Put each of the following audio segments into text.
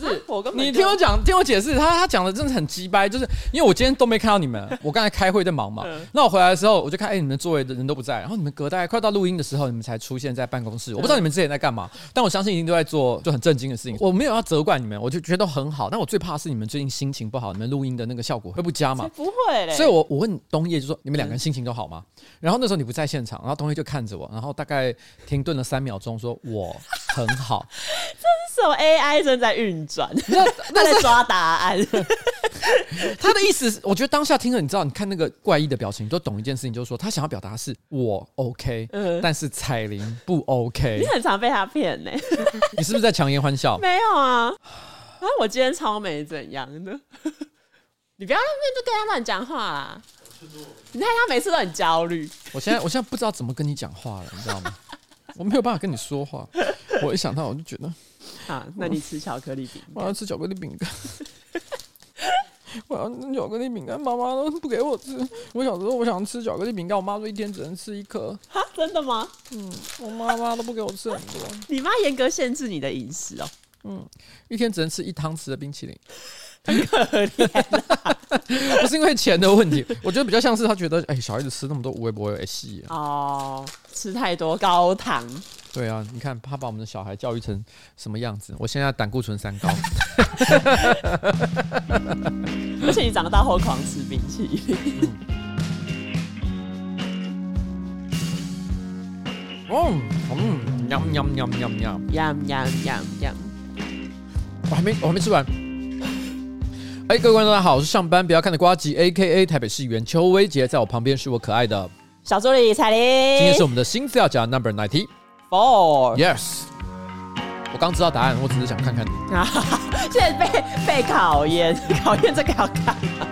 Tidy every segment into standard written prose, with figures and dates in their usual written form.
是我根本你听我讲，听我解释，他讲的真的很鸡掰，就是因为我今天都没看到你们，我刚才开会在忙嘛，那我回来的时候我就看，你们座位的人都不在，然后你们隔大概快到录音的时候，你们才出现在办公室，我不知道你们之前在干嘛，但我相信一定都在做就很震惊的事情。我没有要责怪你们，我就觉得很好，但我最怕的是你们最近心情不好，你们录音的那个效果会不佳嘛？ 不会嘞。 所以我问东叶就说你们两个人心情都好吗？然后那时候你不在现场，然后东叶就看着我，然后大概停顿了3秒钟，说我很好。 这是什么 AI 正在运转？他在抓答案。 他的意思，我觉得当下听了，你知道，你看那个怪异的表情，你都懂一件事情，就是说他想要表达的是我 OK，但是彩玲不 OK。 你很常被他骗呢。 你是不是在强颜欢笑？ 没有啊，我今天超没怎样的。你不要在那边就跟他乱讲话啦。你看他每次都很焦虑。 我现在不知道怎么跟你讲话了，你知道吗？我没有办法跟你说话。我一想到我就觉得， 好，那你吃巧克力饼干。 我要吃巧克力饼干。我要吃巧克力饼干，妈妈都不给我吃。我小时候我想吃巧克力饼干，我妈说一天只能吃1颗。 哈，真的吗？ 我妈妈都不给我吃很多。 你妈严格限制你的饮食哦。 一天只能吃1汤匙的冰淇淋。 很可怜啊。 不是因为钱的问题，我觉得比较像是他觉得，小孩子吃那么多无微不会细哦，吃太多高糖。 对啊，你看他把我们的小孩教育成什么样子？我现在胆固醇3高。 而且你长大后狂吃冰淇淋。 我还没吃完。各位观众大家好，我是上班不要看的呱吉 AKA 台北市议员邱威杰，在我旁边是我可爱的小助理彩玲。 今天是我们的新资料夹 Number 94。 Yes， 我刚知道答案，我只是想看看你。 现在被考验，考验这个要看吗？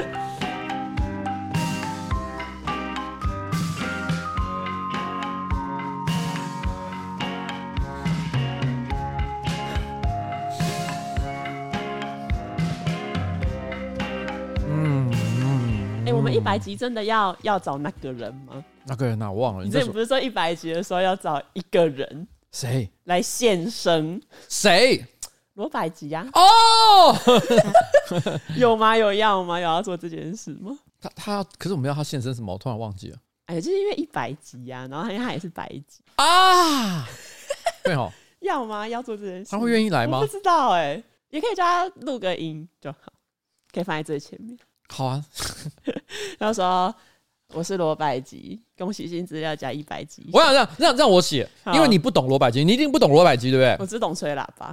我们100集真的要找那个人吗？ 那个人啊，我忘了。 你之前不是说100集的时候要找一个人？ 谁来现身？ 谁？ 罗百吉啊！ 哦， 有吗？有要吗？有要做这件事吗？ 他可是我们要他现身什么？我突然忘记了。 就是因为100集啊，然后因为他也是100集啊。对哦。 要吗？要做这件事？ 他会愿意来吗？ 我不知道也可以叫他录个音就好，可以放在最前面。 好啊。 然后说我是罗百吉，恭喜新资料加100集。 我想让我写，因为你不懂罗百吉，你一定不懂罗百吉，对不对？ 我只懂吹喇叭。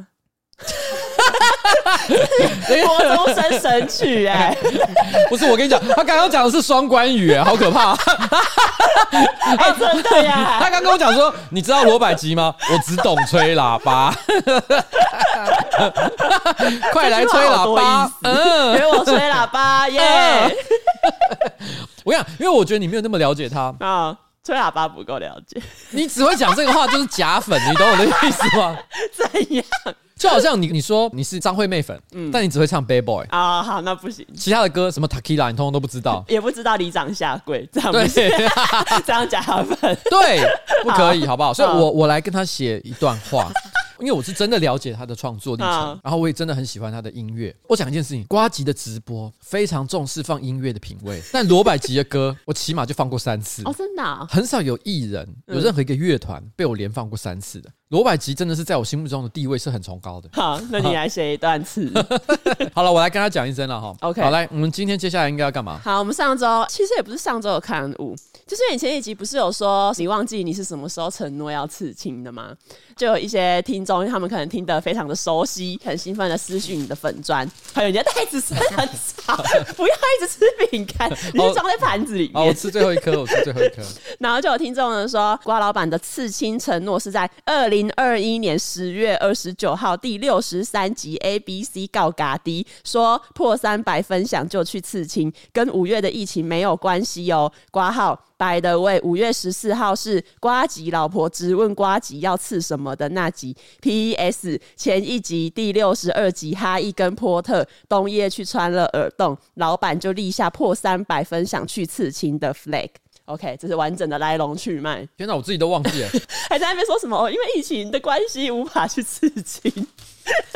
国中生神曲不是，我跟你讲，他刚刚讲的是双关语好可怕。 真的呀。 他刚跟我讲说，你知道罗百吉吗？我只懂吹喇叭。快来吹喇叭。 给我吹喇叭耶。 我跟你讲，因为我觉得你没有那么了解他吹喇叭不够了解。 你只会讲这个话就是假粉，你懂我的意思吗？ 怎样？ 就好像你说你是张惠妹粉，但你只会唱 Bad Boy 好，那不行。 其他的歌什么 Tequila 你通通都不知道， 也不知道里长下跪，这样不行。这样假粉。 对，不可以，好不好？所以我来跟他写一段话。因为我是真的了解他的创作历程，然后我也真的很喜欢他的音乐。我讲一件事情，呱吉的直播非常重视放音乐的品味，但罗百吉的歌我起码就放过3次。 真的很少有艺人有任何一个乐团被我连放过3次的。罗百吉真的是在我心目中的地位是很崇高的。 好，那你来写一段词。 好了，我来跟他讲一声了哈。 OK， 好，来，我们今天接下来应该要干嘛？ 好，我们上周其实也不是上周有刊物，就是你前一集不是有说你忘记你是什么时候承诺要刺青的吗？就有一些听众，他们可能听得非常的熟悉，很兴奋的私讯你的粉专，还有你的袋子是很少，不要一直吃饼干，你是装在盘子里面。 我吃最后一颗， 然后就有听众呢说，瓜老板的刺青承诺是在2021年10月29号第63集 ABC 告嘎滴，说破300分享就去刺青，跟5月的疫情没有关系哦。括号by the way 5月14号是呱吉老婆质问呱吉要刺什么的那集。 PS 前一集第62集哈伊跟波特冬夜去穿了耳洞，老板就立下破300分享去刺青的 flag。 OK， 这是完整的来龙去脉。 天哪，我自己都忘记了。 还在那边说什么因为疫情的关系无法去刺青。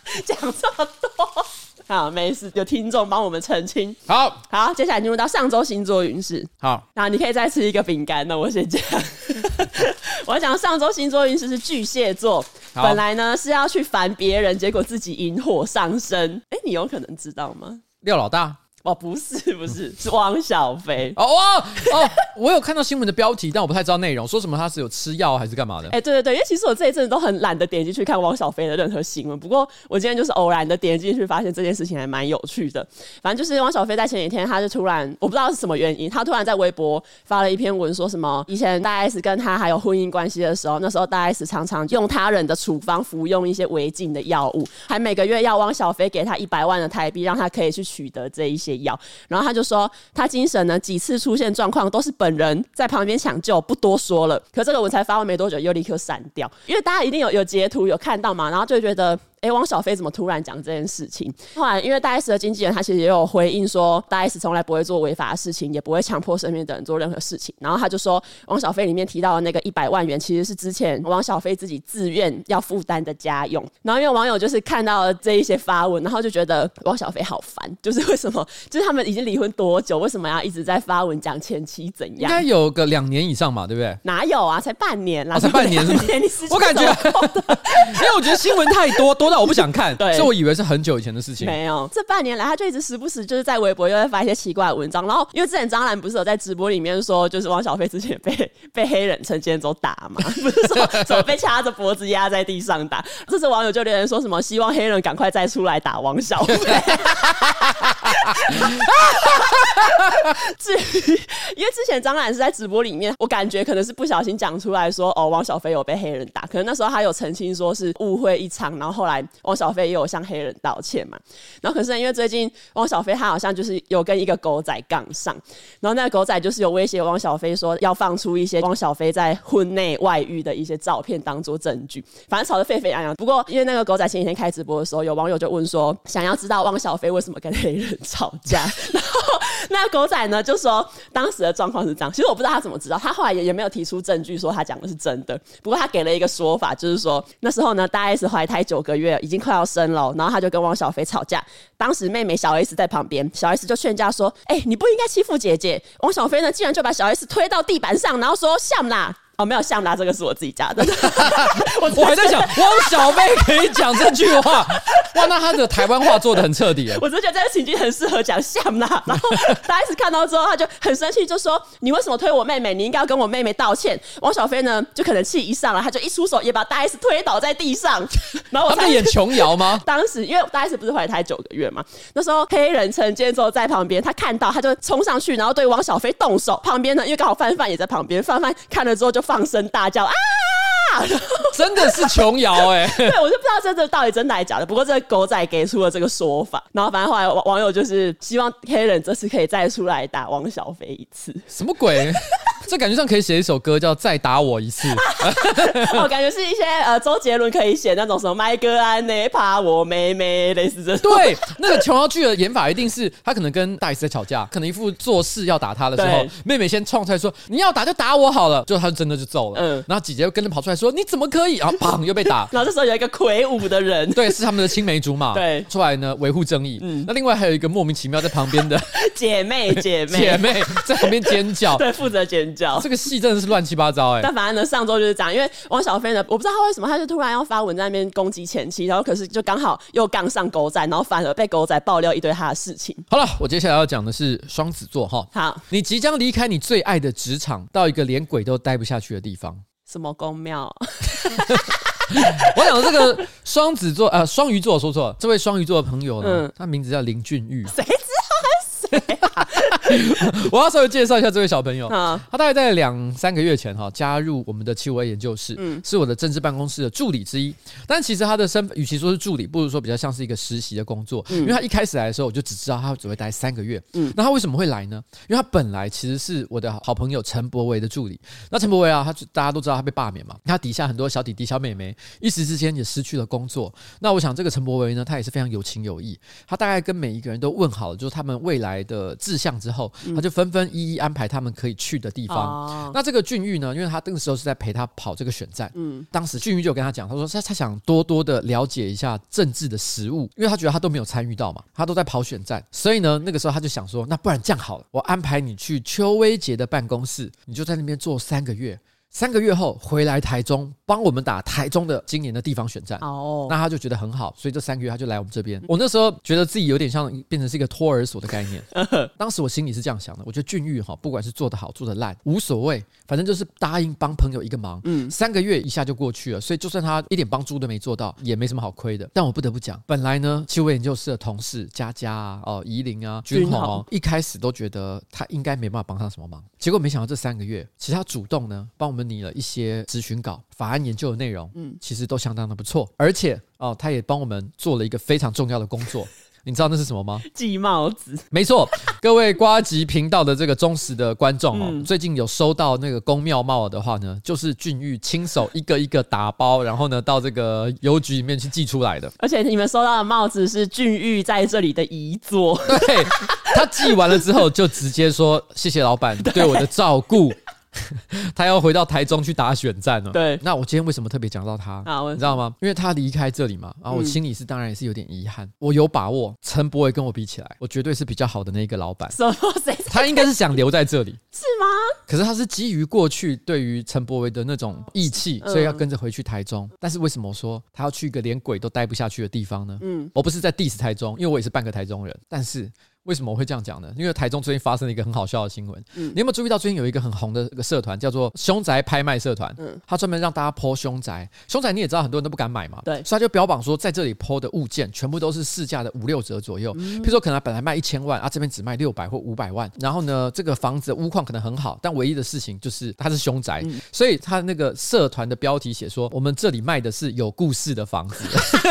讲这么多。好，没事，有听众帮我们澄清。 好， 接下来进入到上周星座运势。 好， 那你可以再吃一个饼干，那我先讲。我要讲上周星座运势是巨蟹座，本来呢是要去烦别人，结果自己引火上身。你有可能知道吗？ 廖老大。 不是，是汪小菲。 我有看到新闻的标题，但我不太知道内容，说什么他是有吃药还是干嘛的？ 对，因为其实我这一阵子都很懒得点进去看汪小菲的任何新闻，不过我今天就是偶然的点进去，发现这件事情还蛮有趣的。反正就是汪小菲在前几天，他就突然我不知道是什么原因，他突然在微博发了一篇文，说什么以前大 S 跟他还有婚姻关系的时候，那时候大 S 常常用他人的处方服用一些违禁的药物，还每个月要汪小菲给他100万的台币，让他可以去取得这一些药。然后他就说他精神呢几次出现状况都是本人在旁边抢救，不多说了。可这个文才发完没多久又立刻删掉，因为大家一定有截图有看到嘛，然后就觉得汪小菲怎么突然讲这件事情。后来因为大 S 的经纪人他其实也有回应说，大 S 从来不会做违法的事情，也不会强迫身边的人做任何事情。然后他就说汪小菲里面提到的那个100万元其实是之前汪小菲自己自愿要负担的家用。然后因为网友就是看到了这一些发文，然后就觉得汪小菲好烦，就是为什么就是他们已经离婚多久，为什么要一直在发文讲前妻怎样？ 应该有个2年以上嘛，对不对？ 哪有啊，才半年啦。 才半年是吗？我感觉因为我觉得新闻太多到我不想看，所以我以为是很久以前的事情。 没有，这半年来他就一直时不时就是在微博又在发一些奇怪的文章。然后因为之前张兰不是有在直播里面说，就是汪小菲之前被黑人陈建州打嘛，不是说什么被掐着脖子压在地上打。这次网友就留言说什么希望黑人赶快再出来打汪小菲。至于因为之前张兰是在直播里面，我感觉可能是不小心讲出来说汪小菲有被黑人打，可能那时候他有澄清说是误会一场，然后后来汪小菲也有向黑人道歉嘛。然后可是因为最近汪小菲他好像就是有跟一个狗仔杠上，然后那个狗仔就是有威胁汪小菲说要放出一些汪小菲在婚内外遇的一些照片当作证据，反正吵得沸沸扬扬。不过因为那个狗仔前几天开直播的时候，有网友就问说想要知道汪小菲为什么跟黑人吵架，然后那个狗仔呢就说当时的状况是这样，其实我不知道他怎么知道，他后来也没有提出证据说他讲的是真的。不过他给了一个说法，就是说那时候呢大 S 怀胎9个月，已经快要生了，然后他就跟汪小菲吵架，当时妹妹小 S 在旁边，小 S 就劝架说你不应该欺负姐姐。汪小菲呢竟然就把小 S 推到地板上，然后说像啦。没有像啦，这个是我自己加的。 我还在想汪小菲可以讲这句话，哇，那他的台湾话做得很彻底耶。 我只是觉得这个情境很适合讲像啦，然后大 S 看到之后他就很生气，就说你为什么推我妹妹，你应该要跟我妹妹道歉。汪小菲呢就可能气一上来，他就一出手也把大 S 推倒在地上。然后我他在演琼瑶吗？ 当时因为大 S 不是怀胎9个月嘛，那时候黑人陈建州在旁边，他看到他就冲上去，然后对汪小菲动手。旁边呢因为刚好范范也在旁边，范范看了之后就放声大叫啊！ 真的是琼瑶对，我就不知道这到底真的还是假的。不过这个狗仔给出了这个说法，然后反正后来网友就是希望黑人这次可以再出来打汪小菲一次。 什么鬼？这感觉上可以写一首歌叫《再打我一次》。 我感觉是一些周杰伦可以写那种什么麦哥安内怕我妹妹类似这种。 对，那个琼瑶剧的演法一定是他可能跟大 S 在吵架，可能一副做事要打他的时候，妹妹先冲出来说你要打就打我好了，就他真的就揍了。然后姐姐又跟着跑出来说你怎么可以，然后砰又被打。 然后这时候有一个魁梧的人， 对，是他们的青梅竹马， 对， 出来呢维护正义。那另外还有一个莫名其妙在旁边的姐妹在旁边尖叫， 对，负责尖叫。 这个戏真的是乱七八糟但反正呢上周就是这样，因为汪小菲呢我不知道他为什么他就突然要发文在那边攻击前妻，然后可是就刚好又杠上狗仔，然后反而被狗仔爆料一堆他的事情。 好了，我接下来要讲的是双子座哈。 好， 你即将离开你最爱的职场，到一个连鬼都待不下去的地方。 什么宫庙？ 我讲的这个双子座双鱼座，说错了，这位双鱼座的朋友呢，他名字叫林俊玉。 谁知道他是谁啊？ 我要稍微介绍一下这位小朋友。他大概在2-3个月前加入我们的企委研究室，是我的政治办公室的助理之一。但其实他的身份与其说是助理，不如说比较像是一个实习的工作。因为他一开始来的时候，我就只知道他只会待3个月。那他为什么会来呢？因为他本来其实是我的好朋友陈柏惟的助理。那陈柏惟大家都知道他被罢免嘛，他底下很多小弟弟小妹妹一时之间也失去了工作。那我想这个陈柏惟呢，他也是非常有情有义。他大概跟每一个人都问好了，就是他们未来的志向之后， 后，他就纷纷一一安排他们可以去的地方。那这个俊玉呢，因为他那个时候是在陪他跑这个选战，当时俊玉就跟他讲，他说他想多多的了解一下政治的实务，因为他觉得他都没有参与到嘛，他都在跑选战，所以呢，那个时候他就想说，那不然这样好了，我安排你去邱威杰的办公室，你就在那边做3个月。3个月后回来台中，帮我们打台中的今年的地方选战。那他就觉得很好，所以这3个月他就来我们这边。我那时候觉得自己有点像变成是一个托儿所的概念。当时我心里是这样想的，我觉得俊玉不管是做得好做得烂无所谓，反正就是答应帮朋友一个忙。3个月一下就过去了，所以就算他一点帮助都没做到，也没什么好亏的。但我不得不讲，本来呢，气味研究室的同事佳佳啊、怡玲啊、君宏一开始都觉得他应该没办法帮上什么忙，结果没想到这3个月，其实他主动呢帮我们拟了一些咨询稿、法案研究的内容，其实都相当的不错，而且他也帮我们做了一个非常重要的工作。你知道那是什么吗？ 系帽子。 没错，各位呱吉频道的这个忠实的观众最近有收到那个公庙帽的话呢，就是俊玉亲手一个一个打包，然后呢到这个邮局里面去寄出来的。 而且你们收到的帽子是俊玉在这里的遗作。 对，他寄完了之后就直接说谢谢老板对我的照顾。他要回到台中去打选战了。 对， 那我今天为什么特别讲到他？你知道吗？因为他离开这里嘛，然后我心里当然也是有点遗憾。我有把握，陈柏惟跟我比起来，我绝对是比较好的那一个老板。 什么？ 他应该是想留在这里， 是吗？ 可是他是基于过去对于陈柏惟的那种义气，所以要跟着回去台中。但是为什么我说他要去一个连鬼都待不下去的地方呢？我不是在 diss 台中，因为我也是半个台中人，但是。为什么我会这样讲呢？因为台中最近发生了一个很好笑的新闻。你有没有注意到最近有一个很红的一个社团叫做凶宅拍卖社团？他专门让大家 po 凶宅。凶宅你也知道很多人都不敢买嘛， 对， 所以他就标榜说在这里 po 的物件全部都是市价的5-6折左右。譬如说可能本来卖1000万啊，这边只卖600或500万。然后呢，这个房子的屋况可能很好，但唯一的事情就是它是凶宅，所以他那个社团的标题写说我们这里卖的是有故事的房子。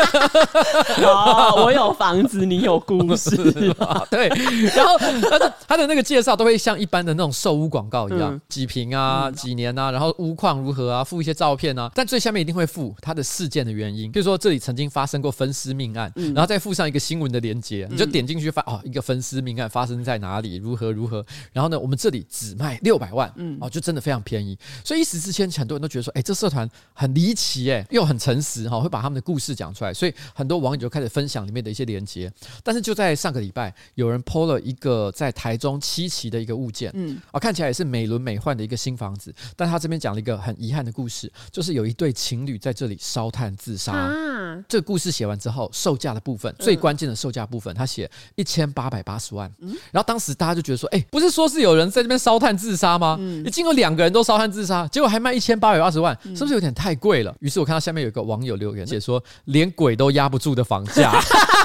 我有房子，你有故事。 对，然后他的那个介绍都会像一般的那种售屋广告一样，几坪啊、几年啊，然后屋况如何啊，附一些照片啊，但最下面一定会附他的事件的原因，比如说这里曾经发生过分尸命案，然后再附上一个新闻的连结，你就点进去一个分尸命案发生在哪里，如何，然后呢，我们这里只卖600万，就真的非常便宜，所以一时之间很多人都觉得说，这社团很离奇，又很诚实，会把他们的故事讲出来，所以很多网友就开始分享里面的一些连结。但是就在上个礼拜，有人 po 了一个在台中7期的一个物件，看起来也是美轮美奂的一个新房子，但他这边讲了一个很遗憾的故事，就是有一对情侣在这里烧炭自杀。这个故事写完之后，售价的部分，最关键的售价部分，他写1880万。然后当时大家就觉得说，不是说是有人在这边烧炭自杀吗？已经有2个人都烧炭自杀，结果还卖1880万，是不是有点太贵了？于是我看到下面有一个网友留言写说，连鬼都压不住的房价。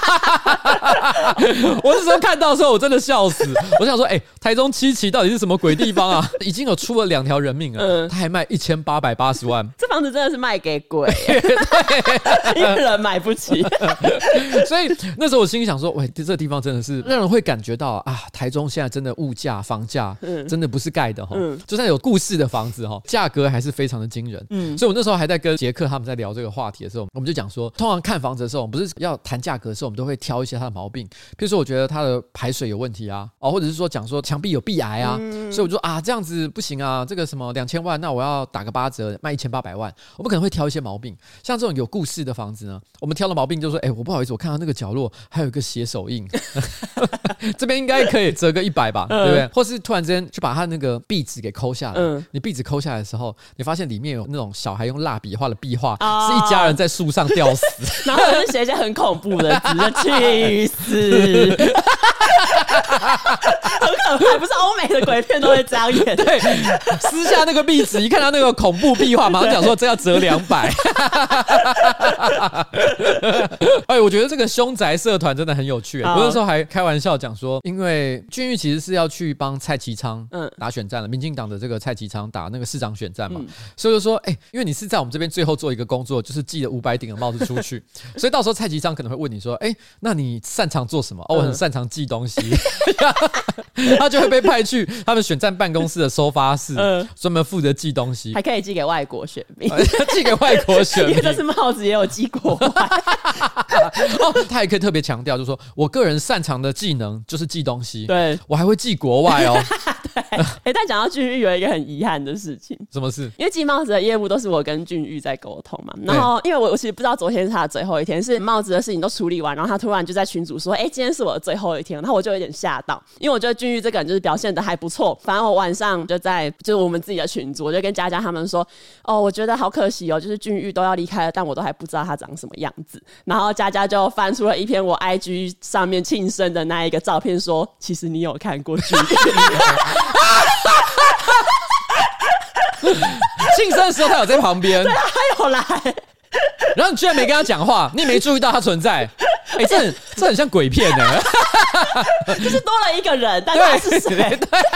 我那时候看到的时候，我真的笑死。我想说，台中7期到底是什么鬼地方啊？已经有出了2条人命了，他还卖1880万。 这房子真的是卖给鬼，因为人买不起。 所以那时候我心里想说，这个地方真的是让人会感觉到台中现在真的物价、房价真的不是盖的，就算有故事的房子价格还是非常的惊人。所以我那时候还在跟杰克他们在聊这个话题的时候，我们就讲说，通常看房子的时候，我们不是要谈价格的时候，我们都会挑一些它的毛病，比如说我觉得它的排水有问题啊，或者是说讲说墙壁有壁癌啊，所以我就说这样子不行啊，这个什么2000万，那我要打个8折卖1800万，我们可能会挑一些毛病。像这种有故事的房子呢，我们挑的毛病就是说，我不好意思，我看到那个角落还有一个血手印，这边应该可以折个100吧，对不对？或是突然之间就把它那个壁纸给抠下来，你壁纸抠下来的时候，你发现里面有那种小孩用蜡笔画的壁画，是一家人在树上吊死， 然后就写一些很恐怖的字，去死。很可怕，不是欧美的鬼片都会这样演。 对，撕下那个壁纸，一看到那个恐怖壁画，马上讲说这要折200。我觉得这个凶宅社团真的很有趣。我那时候还开玩笑讲说，因为俊玉其实是要去帮蔡其昌打选战了，民进党的这个蔡其昌打那个市长选战嘛，所以就说，因为你是在我们这边最后做一个工作，就是寄了500顶的帽子出去，所以到时候蔡其昌可能会问你说，那你擅长做什么？我很擅长寄东西。 他就会被派去他们选战办公室的收发室，专门负责寄东西， 还可以寄给外国选民， 寄给外国选民。 因为这次帽子也有寄国外。 他也可以特别强调，就是说我个人擅长的技能就是寄东西， 对， 我还会寄国外哦。 对，但讲到俊玉有一个很遗憾的事情， 什么事？ 因为寄帽子的业务都是我跟俊玉在沟通嘛，然后因为我其实不知道昨天是他的最后一天，是帽子的事情都处理完，然后他突然就在群组说，今天是我的最后一天，然后我就有点吓到，因为我觉得俊玉这个人就是表现的还不错，反正我晚上就是我们自己的群组，我就跟佳佳他们说，我觉得好可惜哦，就是俊玉都要离开了，但我都还不知道他长什么样子，然后佳佳就翻出了一篇我 IG 上面庆生的那一个照片，说其实你有看过俊玉。 庆生的时候他有在旁边， 对啊，他有来， 然后你居然没跟他讲话，你也没注意到他存在，这很像鬼片呢。 就是多了一个人，但他是谁？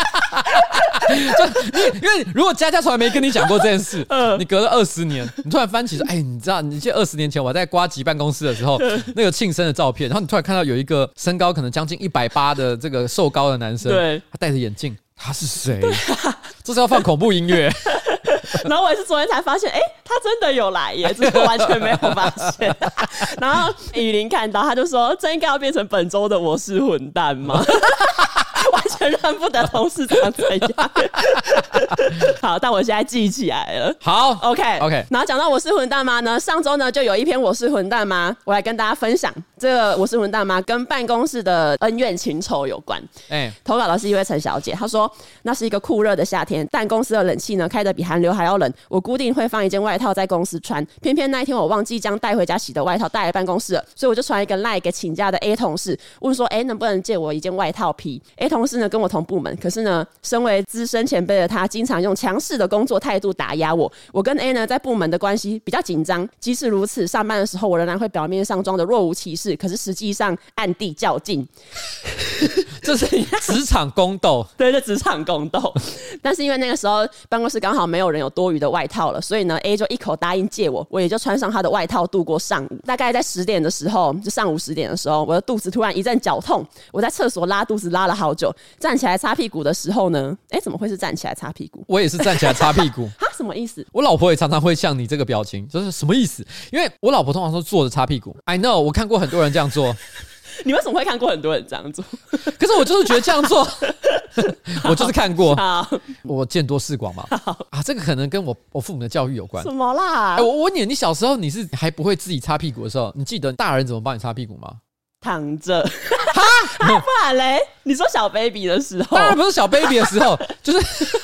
因为如果佳佳从来没跟你讲过这件事，你隔了20年，你突然翻起说，你知道，你记得20年前我在呱吉办公室的时候，那个庆生的照片，然后你突然看到有一个身高可能将近180的这个瘦高的男生， 对， 他戴着眼镜，他是谁？这是要放恐怖音乐。 然后我也是昨天才发现，他真的有来耶，只是我完全没有发现。然后雨林看到，他就说：“这应该要变成本周的我是混蛋吗？”完全认不得同事长怎样。好，但我现在记起来了。 好 ，OK。 然后讲到我是混蛋妈呢，上周呢就有一篇我是混蛋妈，我来跟大家分享。这个我是混蛋妈跟办公室的恩怨情仇有关。投稿的是一位陈小姐，她说那是一个酷热的夏天，但公司的冷气呢开得比寒流还要冷。我固定会放一件外套在公司穿，偏偏那一天我忘记将带回家洗的外套带来办公室了，所以我就传一个 LINE 给请假的 A 同事，问说能不能借我一件外套披。A 同事呢跟我同部门，可是呢身为资深前辈的他经常用强势的工作态度打压我。我跟 A 呢在部门的关系比较紧张，即使如此，上班的时候我仍然会表面上装的若无其事，可是实际上暗地较劲。 这是职场宫斗。 对，这职场宫斗。但是因为那个时候办公室刚好没有人有多余的外套了，所以呢 A 就一口答应借我，我也就穿上他的外套度过上午。大概在10点的时候，就上午10点的时候，我的肚子突然一阵绞痛，我在厕所拉肚子拉了好久，站起来擦屁股的时候呢，怎么会是站起来擦屁股？ 我也是站起来擦屁股。 哈，什么意思？ 我老婆也常常会像你这个表情，就是什么意思？因为我老婆通常都坐着擦屁股。I know， 我看过很多人这样做。 你为什么会看过很多人这样做？ 可是我就是觉得这样做，我就是看过。 好， 我见多识广嘛。这个可能跟我父母的教育有关。 什么啦？ 我问你，你小时候你是还不会自己擦屁股的时候，你记得大人怎么帮你擦屁股吗？ 躺着。不然嘞？你说小 baby 的时候？ 当然不是小 baby 的时候，就是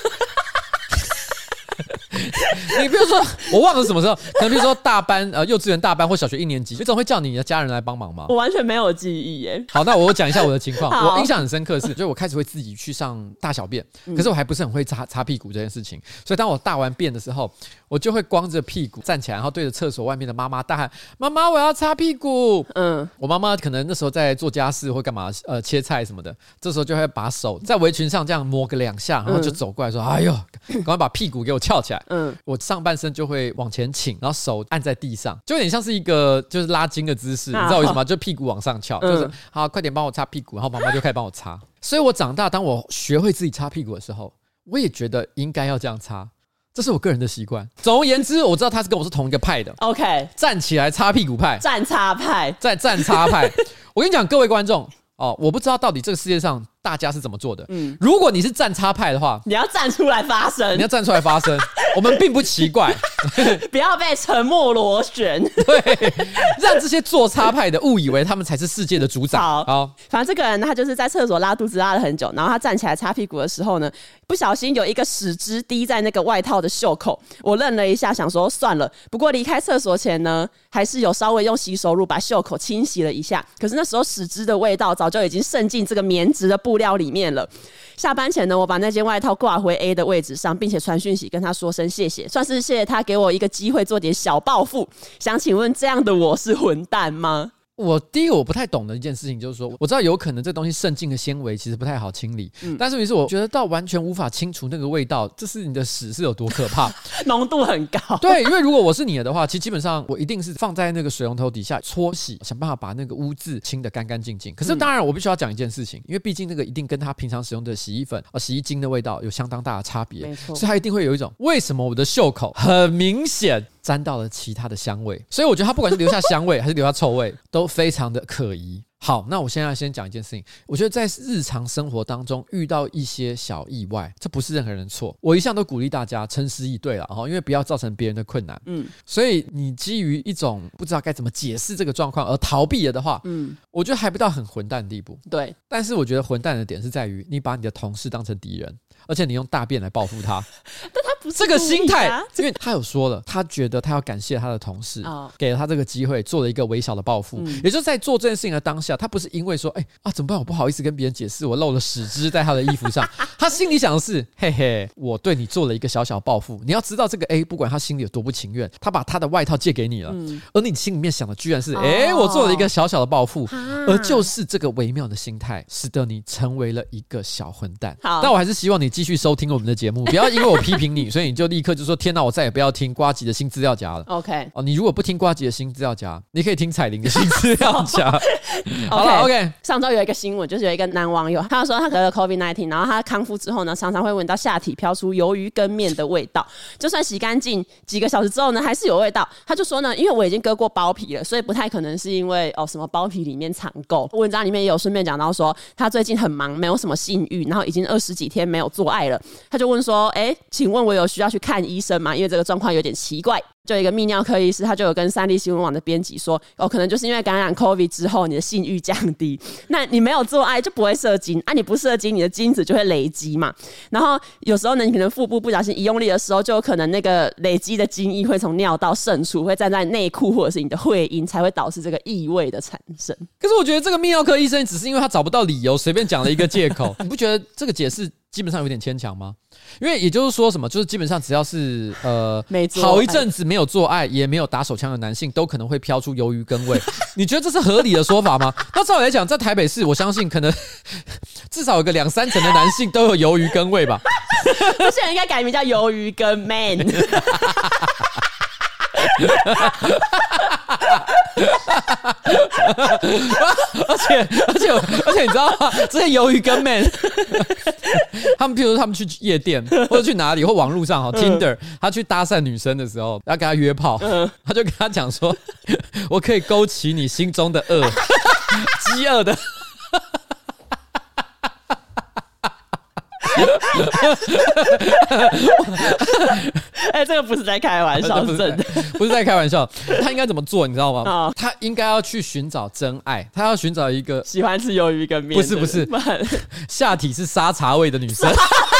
你比如说，我忘了什么时候，可能比如说大班幼稚园大班或小学1年级，你总会叫你的家人来帮忙吗？ 我完全没有记忆耶。 好，那我讲一下我的情况。我印象很深刻的是，就是我开始会自己去上大小便，可是我还不是很会擦屁股这件事情，所以当我大完便的时候，我就会光着屁股站起来，然后对着厕所外面的妈妈大喊：“妈妈，我要擦屁股。”我妈妈可能那时候在做家事或干嘛，切菜什么的，这时候就会把手在围裙上这样摸个2下，然后就走过来说：“哎呦，赶快把屁股给我翘起来。”我上半身就会往前倾，然后手按在地上，就有点像是一个就是拉筋的姿势，你知道为什么？就屁股往上翘，就是好，快点帮我擦屁股，然后妈妈就开始帮我擦。所以我长大，当我学会自己擦屁股的时候，我也觉得应该要这样擦，这是我个人的习惯。总而言之，我知道他是跟我是同一个派的。 OK， 站起来擦屁股派， 站擦派， 站擦派。我跟你讲，各位观众我不知道到底这个世界上大家是怎么做的。如果你是站插派的话， 你要站出来发声， 你要站出来发声。我们并不奇怪， 不要被沉默螺旋。 对，让这些做插派的误以为他们才是世界的主宰。好， 反正这个人他就是在厕所拉肚子拉了很久，然后他站起来擦屁股的时候呢，不小心有一个屎汁滴在那个外套的袖口。我愣了一下，想说算了。不过离开厕所前呢，还是有稍微用洗手乳把袖口清洗了一下。可是那时候屎汁的味道早就已经渗进这个棉质的布料里面了。下班前呢，我把那件外套挂回 A 的位置上，并且传讯息跟他说声谢谢，算是谢谢他给我一个机会做点小报复。想请问这样的我是混蛋吗？ 我第一个我不太懂的一件事情就是说，我知道有可能这东西渗进的纤维其实不太好清理，但是于是我觉得到完全无法清除那个味道，这是你的屎是有多可怕， 浓度很高。 对，因为如果我是你的话，其实基本上我一定是放在那个水龙头底下搓洗，想办法把那个污渍清得干干净净。可是当然我必须要讲一件事情，因为毕竟那个一定跟他平常使用的洗衣粉、洗衣精的味道有相当大的差别，所以他一定会有一种为什么我的袖口很明显沾到了其他的香味，所以我觉得他不管是留下香味还是留下臭味都非常的可疑。好，那我现在先讲一件事情，我觉得在日常生活当中遇到一些小意外，这不是任何人的错，我一向都鼓励大家诚实以对啦，因为不要造成别人的困难。所以你基于一种不知道该怎么解释这个状况而逃避了的话，我觉得还不到很混蛋的地步。 对， 但是我觉得混蛋的点是在于你把你的同事当成敌人，而且你用大便来报复他。 但他不是这个心态，因为因他有说了，他觉得他要感谢他的同事，给了他这个机会，做了一个微小的报复。也就是在做这件事情的当下，他不是因为说怎么办，我不好意思跟别人解释我漏了屎汁在他的衣服上，他心里想的是嘿嘿，我对你做了一个小小报复。你要知道这个 A 不管他心里有多不情愿，他把他的外套借给你了，而你心里面想的居然是我做了一个小小的报复，而就是这个微妙的心态使得你成为了一个小混蛋。但我还是希望你继续收听我们的节目，不要因为我批评你所以你就立刻就说天哪，我再也不要听呱吉的新资料夹了。 OK 你如果不听呱吉的新资料夹，你可以听彩玲的新资料夹。好了 OK， 上周有一个新闻，就是有一个男网友，他说他得了 COVID-19， 然后他康复之后呢，常常会闻到下体飘出鱿鱼跟面的味道，就算洗干净几个小时之后呢，还是有味道。他就说呢，因为我已经割过包皮了，所以不太可能是因为什么包皮里面藏垢。文章里面也有顺便讲到说，他最近很忙，没有什么性欲，然后已经20几天没有做爱了。他就问说，请问我有需要去看医生吗？因为这个状况有点奇怪。就一个泌尿科医师，他就有跟三立新闻网的编辑说，可能就是因为感染 COVID 之后，你的性欲降低，那你没有做爱就不会射精啊，你不射精，你的精子就会累积嘛。然后有时候呢，你可能腹部不小心一用力的时候，就有可能那个累积的精液会从尿道渗出，会站在内裤或者是你的会阴，才会导致这个异味的产生。 可是我觉得这个泌尿科医生只是因为他找不到理由，随便讲了一个借口，你不觉得这个解释基本上有点牵强吗？因为也就是说什么，就是基本上只要是好一阵子没有做爱也没有打手枪的男性，都可能会飘出鱿鱼羹味。你觉得这是合理的说法吗？那照理来讲，在台北市，我相信可能至少有个2-3成的男性都有鱿鱼羹味吧。 这些人应该改名叫鱿鱼羹 man。 而且你知道吗？这些鱿鱼羹 man， 他们譬如说他们去夜店或者去哪里或网络上Tinder， 他去搭讪女生的时候，要跟他约炮，他就跟他讲说，我可以勾起你心中的饿，饥饿的。 这个不是在开玩笑，是真的， 不是在开玩笑。他应该怎么做，你知道吗？他应该要去寻找真爱，他要寻找一个喜欢吃鱿鱼跟面， 不是，下体是沙茶味的女生。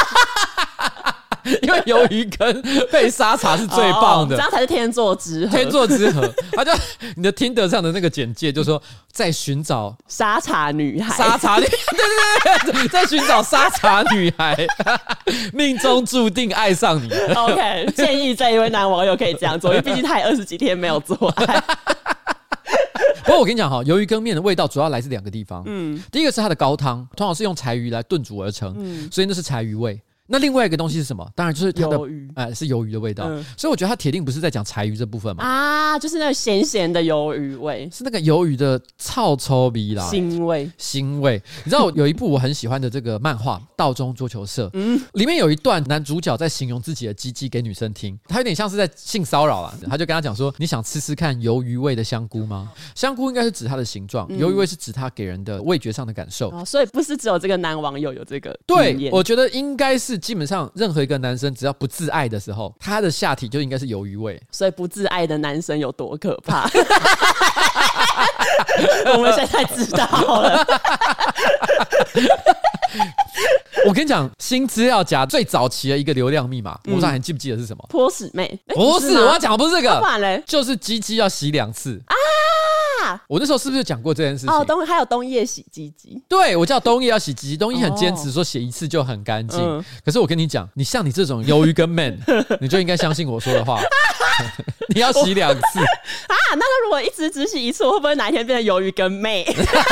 因为鱿鱼羹配沙茶是最棒的， 这样才是天作之合。 天作之合，他就你的 Tinder 上的那个简介就说在寻找沙茶女孩， 对，在寻找沙茶女孩，命中注定爱上你。 OK， 建议这一位男网友可以这样做，因为毕竟他也20几天没有做爱。 不过我跟你讲鱿鱼羹面的味道主要来自2个地方。第一个是它的高汤，通常是用柴鱼来炖煮而成，所以那是柴鱼味。那另外一个东西是什么？当然就是它的鱿鱼， 是鱿鱼的味道。所以我觉得它铁定不是在讲柴鱼这部分嘛。就是那个咸咸的鱿鱼味， 是那个鱿鱼的臭臭味啦，腥味。你知道有一部我很喜欢的这个漫画《道中桌球社》，里面有一段男主角在形容自己的鸡鸡给女生听，他有点像是在性骚扰啦。他就跟他讲说：“你想吃吃看鱿鱼味的香菇吗？”香菇应该是指它的形状，鱿鱼味是指它给人的味觉上的感受。 所以不是只有这个男网友有这个。 对，我觉得应该是基本上任何一个男生只要不自爱的时候，他的下体就应该是鱿鱼味。 所以不自爱的男生有多可怕？我们现在知道了。 我跟你讲，新资料夹最早期的一个流量密码，我不知道你记不记得是什么？ 泼屎妹？ 不是，我要讲的不是这个， 不然嘞， 就是鸡鸡要洗2次啊。 啊？ 我那时候是不是有讲过这件事情？ 哦，还有冬叶洗鸡机。 对，我叫冬叶要洗鸡鸡，冬叶很坚持说写一次就很干净。可是我跟你讲，你像你这种鱿鱼跟 man， 你就应该相信我说的话，你要洗2次啊。那如果一直只洗一次，我会不会哪一天变成鱿鱼跟妹？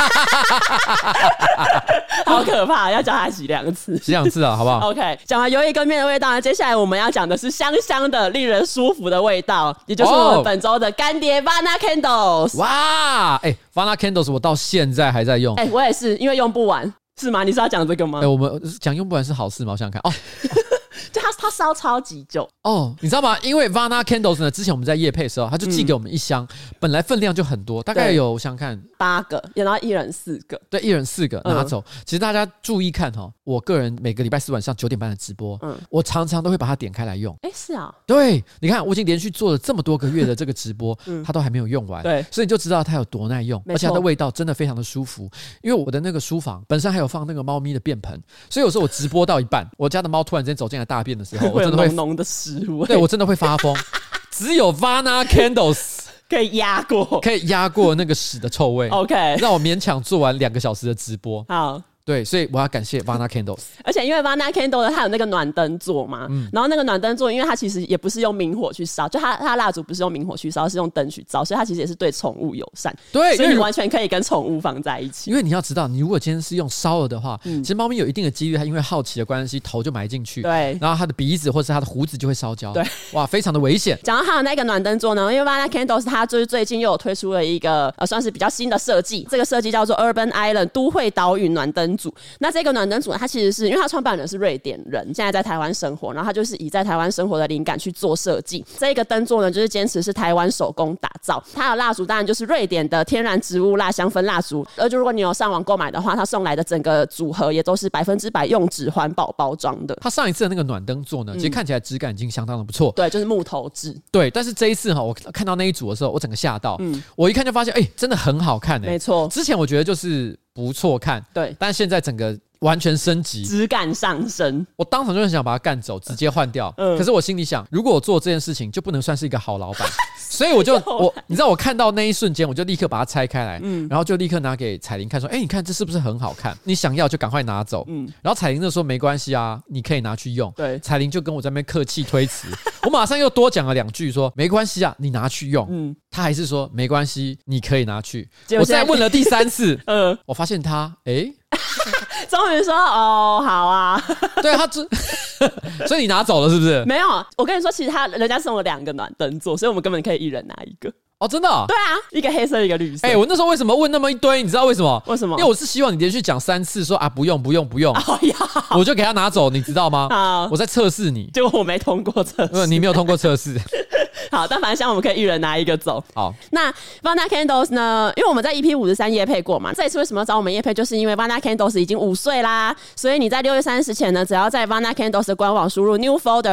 好可怕，要叫他洗2次， 洗2次啊，好不好 ？OK， 讲完鱿鱼跟面的味道呢，接下来我们要讲的是香香的、令人舒服的味道，也就是我们本周的干爹 Vana Candles。 哇，Vana Candles 我到现在还在用。 我也是，因为用不完。是吗？你是要讲这个吗？ 我们讲用不完是好事吗？我想想看就它烧超级久你知道吗？因为 Vana Candles 呢，之前我们在业配的时候，他就寄给我们1箱，本来分量就很多，大概有我想看 8个，然后1人4个， 对，1人4个拿走。其实大家注意看我个人每个礼拜4晚上9点半的直播，我常常都会把它点开来用。 是啊， 对，你看我已经连续做了这么多个月的这个直播，它都还没有用完， 对， 所以你就知道它有多耐用，而且它的味道真的非常的舒服。因为我的那个书房本身还有放那个猫咪的便盆，所以有时候我直播到一半，我家的猫突然间走进来大便的时候，我真的会浓浓的食物， 对我真的会发疯。只有 Vana Candles 可以压过那个屎的臭味 ，OK， 让我勉强做完2个小时的直播。 好。 对，所以我要感谢 Vana Candles， 而且因为 Vana Candles 它有那个暖灯座嘛，然后那个暖灯座，因为它其实也不是用明火去烧，就它蜡烛不是用明火去烧，是用灯去照，所以它其实也是对宠物友善。 对， 所以你完全可以跟宠物放在一起。 因为你要知道，你如果今天是用烧了的话，其实猫咪有一定的几率，它因为好奇的关系，头就埋进去， 对， 然后它的鼻子或是它的胡子就会烧焦， 对， 哇，非常的危险。 讲到它的那个暖灯座呢，因为 Vana Candles 它就是最近又有推出了一个算是比较新的设计，这个设计叫做 Urban Island 都会岛屿暖灯组。那这个暖灯组它其实是因为它创办人是瑞典人，现在在台湾生活，然后他就是以在台湾生活的灵感去做设计。这个灯座呢，就是坚持是台湾手工打造。它的蜡烛当然就是瑞典的天然植物蜡香氛蜡烛，而且如果你有上网购买的话，它送来的整个组合也都是100%用纸环保包装的。 它上一次的那个暖灯座呢，其实看起来质感已经相当的不错， 对，就是木头制。 对，但是这一次我看到那一组的时候，我整个吓到，我一看就发现，真的很好看没错。 之前我觉得就是不错看， 对， 但现在整个完全升级， 质感上升。 我当场就很想把它干走，直接换掉。可是我心里想，如果我做这件事情，就不能算是一个好老板。所以你知道我看到那一瞬间，我就立刻把它拆开来，然后就立刻拿给彩玲看，说：“你看这是不是很好看？你想要就赶快拿走。”然后彩玲就说：“没关系啊，你可以拿去用。”对，彩玲就跟我在那边客气推辞，我马上又多讲了2句，说：“没关系啊，你拿去用。”他还是说：“没关系，你可以拿去。”我再问了第3次，我发现他终于说好啊， 对他所以你拿走了是不是？ 没有，我跟你说，其实人家送了2个暖灯座，所以我们根本可以1人拿1个。 真的对啊，一个黑色一个绿色。 我那时候为什么问那么一堆？你知道为什么？ 为什么？ 因为我是希望你连续讲3次说不用，我就给他拿走，你知道吗？我在测试你， 结果我没通过测试， 你没有通过测试。 好，但反正像我们可以1人拿1个走。 好， 那 Vana Candles 呢？因为我们在 EP53业配过嘛，这一次为什么要找我们业配，就是因为 Vana Candles 已经5岁啦，所以你在6月30前呢，只要在 Vana Candles 的官网输入 New Folder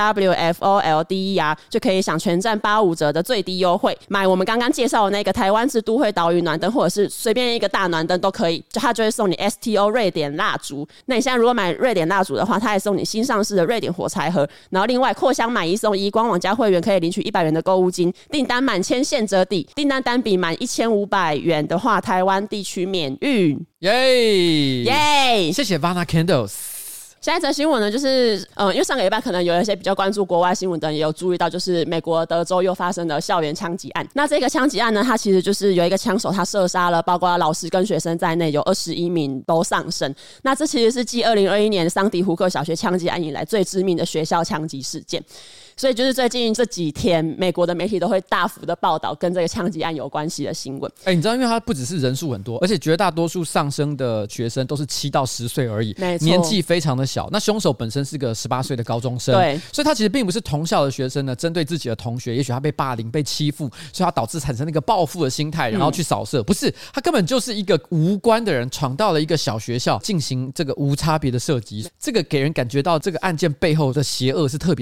NEWFOLDER 就可以享全站85折的最低优惠，买我们刚刚介绍的那个台湾之都会岛屿暖灯，或者是随便一个大暖灯都可以，它就会送你 STO 瑞典蜡烛。那你现在如果买瑞典蜡烛的话，它还送你新上市的瑞典火柴盒，然后另外扩香买1送1，官网加会员可以领取100元的购物金，订单满1000现折抵，订单单笔满1500元的话，台湾地区免运。耶！ 谢谢 Vana Candles。 下一则新闻呢，就是因为上个礼拜可能有一些比较关注国外新闻的人也有注意到，就是美国德州又发生了校园枪击案。那这个枪击案呢，它其实就是有一个枪手他射杀了包括老师跟学生在内有21名都丧生。那这其实是继2021年桑迪胡克小学枪击案以来最致命的学校枪击事件。所以就是最近这几天，美国的媒体都会大幅的报道跟这个枪击案有关系的新闻。 你知道，因为它不只是人数很多，而且绝大多数丧生的学生都是7到10岁而已，年纪非常的小。那凶手本身是个18岁的高中生，对，所以他其实并不是同校的学生呢，针对自己的同学，也许他被霸凌、被欺负，所以他导致产生那个报复的心态，然后去扫射。不是，他根本就是一个无关的人闯到了一个小学校进行这个无差别的射击，这个给人感觉到这个案件背后的邪恶是特别的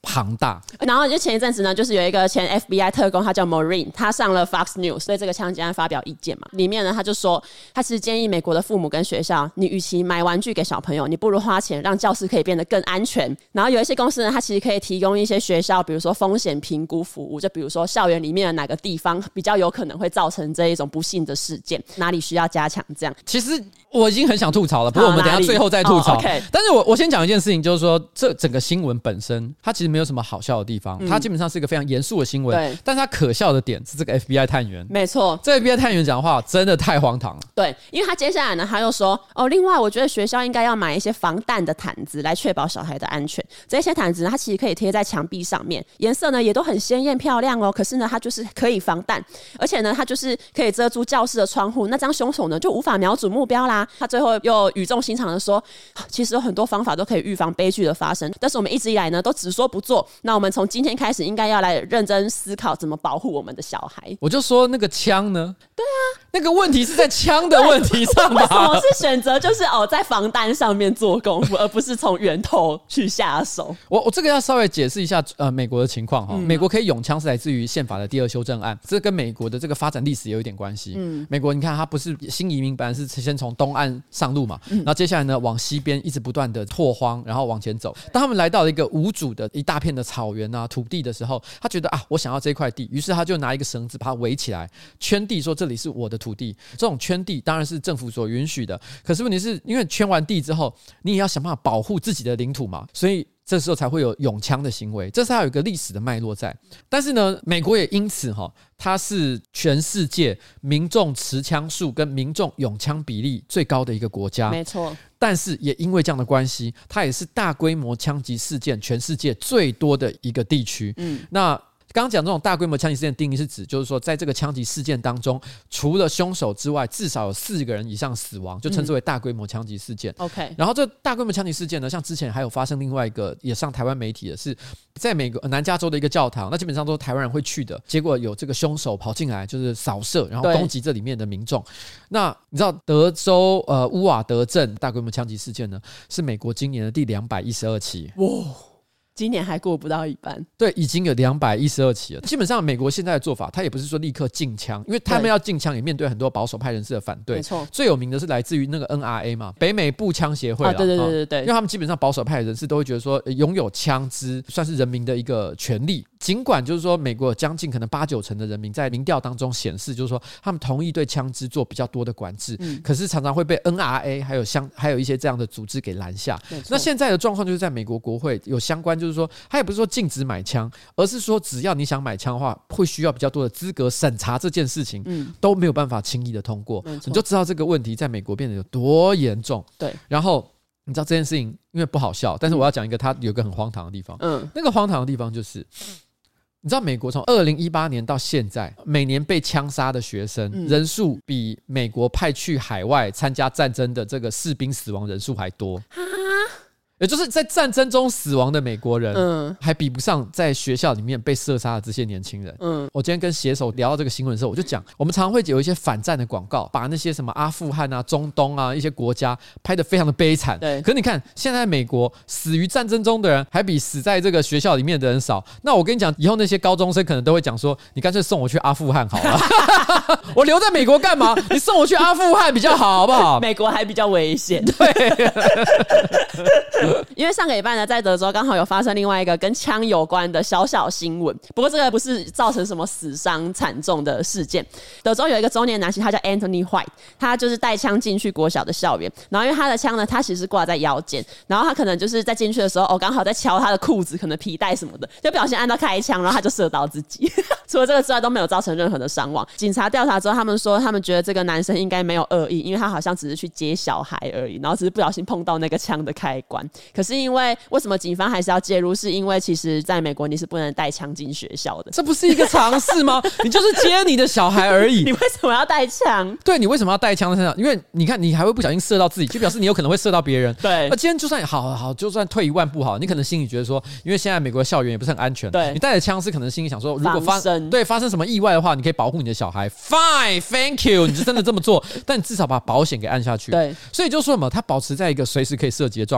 庞大。 然后就前一阵子呢，就是有一个前 FBI 特工，他叫 Maureen， 他上了 Fox News 对这个枪击案发表意见嘛。里面呢，他就说，他其实建议美国的父母跟学校，你与其买玩具给小朋友，你不如花钱让教室可以变得更安全。然后有一些公司呢，它其实可以提供一些学校，比如说风险评估服务，就比如说校园里面的哪个地方比较有可能会造成这一种不幸的事件，哪里需要加强这样。 其实我已经很想吐槽了，不过我们等一下最后再吐槽。 okay. 但是我先讲一件事情，就是说这整个新闻本身，它其实没有什么好笑的地方，它基本上是一个非常严肃的新闻。 对， 但是它可笑的点是这个 FBI 探员。 没错， 这个 FBI 探员讲的话真的太荒唐了。 对，因为他接下来呢，他又说另外我觉得学校应该要买一些防弹的毯子来确保小孩的安全。这些毯子呢，它其实可以贴在墙壁上面，颜色呢也都很鲜艳漂亮哦。可是呢，它就是可以防弹，而且呢，它就是可以遮住教室的窗户，那这样凶手呢就无法瞄准目标啦。他最后又语重心长的说，其实有很多方法都可以预防悲剧的发生，但是我们一直以来呢都只说不做。那我们从今天开始应该要来认真思考怎么保护我们的小孩。 我就说那个枪呢？对啊，那个问题是在枪的问题上吧？ 为什么是选择就是在防弹上面做功夫，而不是从源头去下手？ 我这个要稍微解释一下美国的情况哈。美国可以拥枪是来自于宪法的第2修正案，这跟美国的这个发展历史也有一点关系。美国你看它不是新移民本来是先从东岸上路嘛，然后接下来呢往西边一直不断的拓荒，然后往前走。当他们来到了一个无主的一大片的草原啊土地的时候，他觉得我想要这块地，于是他就拿一个绳子把它围起来，圈地，说这里是我的土地。这种圈地当然是政府所允许的，可是问题是因为圈完地之后，你也要想办法保护自己的领土嘛，所以这时候才会有拥枪的行为，这是它有一个历史的脉络在。但是呢，美国也因此它是全世界民众持枪数跟民众拥枪比例最高的一个国家， 没错。 但是也因为这样的关系，它也是大规模枪击事件全世界最多的一个地区。那刚刚讲这种大规模枪击事件的定义是指，就是说在这个枪击事件当中，除了凶手之外，至少有4个人以上死亡，就称之为大规模枪击事件。 OK。 然后这大规模枪击事件呢，像之前还有发生另外一个也上台湾媒体的是，在美国南加州的一个教堂，那基本上都是台湾人会去的，结果有这个凶手跑进来，就是扫射，然后攻击这里面的民众。那你知道德州乌瓦德镇大规模枪击事件呢，是美国今年的第212起。 哇！今年还过不到一半， 对，已经有212起了。基本上，美国现在的做法，他也不是说立刻禁枪，因为他们要禁枪，也面对很多保守派人士的反对。 没错， 最有名的是来自于那个 NRA 嘛，北美步枪协会啦。 对， 因为他们基本上保守派人士都会觉得说，拥有枪支算是人民的一个权利。尽管就是说，美国有将近可能8-9成的人民在民调当中显示，就是说他们同意对枪支做比较多的管制，可是常常会被 NRA 还有一些这样的组织给拦下。那现在的状况就是在美国国会有相关，就是说他也不是说禁止买枪，而是说只要你想买枪的话，会需要比较多的资格审查，这件事情都没有办法轻易的通过。你就知道这个问题在美国变得有多严重。 对， 然后你知道这件事情因为不好笑，但是我要讲一个它有一个很荒唐的地方。那个荒唐的地方就是你知道美国从2018年到现在，每年被枪杀的学生人数比美国派去海外参加战争的这个士兵死亡人数还多。也就是在战争中死亡的美国人，还比不上在学校里面被射杀的这些年轻人。我今天跟写手聊到这个新闻的时候，我就讲，我们常常会有一些反战的广告，把那些什么阿富汗啊、中东啊一些国家拍得非常的悲惨。 对， 可是你看，现在美国死于战争中的人，还比死在这个学校里面的人少。那我跟你讲，以后那些高中生可能都会讲说，你干脆送我去阿富汗好了，我留在美国干嘛？你送我去阿富汗比较好，好不好？ 美国还比较危险。 对。 因为上个礼拜呢，在德州刚好有发生另外一个跟枪有关的小小新闻，不过这个不是造成什么死伤惨重的事件。德州有一个中年男性，他叫 Anthony White， 他就是带枪进去国小的校园，然后因为他的枪呢，他其实挂在腰间，然后他可能就是在进去的时候，刚好在敲他的裤子，可能皮带什么的，就不小心按到开枪，然后他就射到自己。除了这个之外，都没有造成任何的伤亡。警察调查之后，他们说他们觉得这个男生应该没有恶意，因为他好像只是去接小孩而已，然后只是不小心碰到那个枪的开关。可是因为为什么警方还是要介入，是因为其实在美国你是不能带枪进学校的。 这不是一个常识吗？你就是接你的小孩而已。 你为什么要带枪？ 对，你为什么要带枪在身上？因为你看你还会不小心射到自己，就表示你有可能会射到别人。 对， 今天就算好，就算退一万步好，你可能心里觉得说，因为现在美国的校园也不是很安全， 对， 你带着枪是可能心里想说，如果发生什么意外的话，你可以保护你的小孩。Fine, thank you， 你就真的这么做，但你至少把保险给按下去。 对， 所以就说什么，他保持在一个随时可以射击的状态。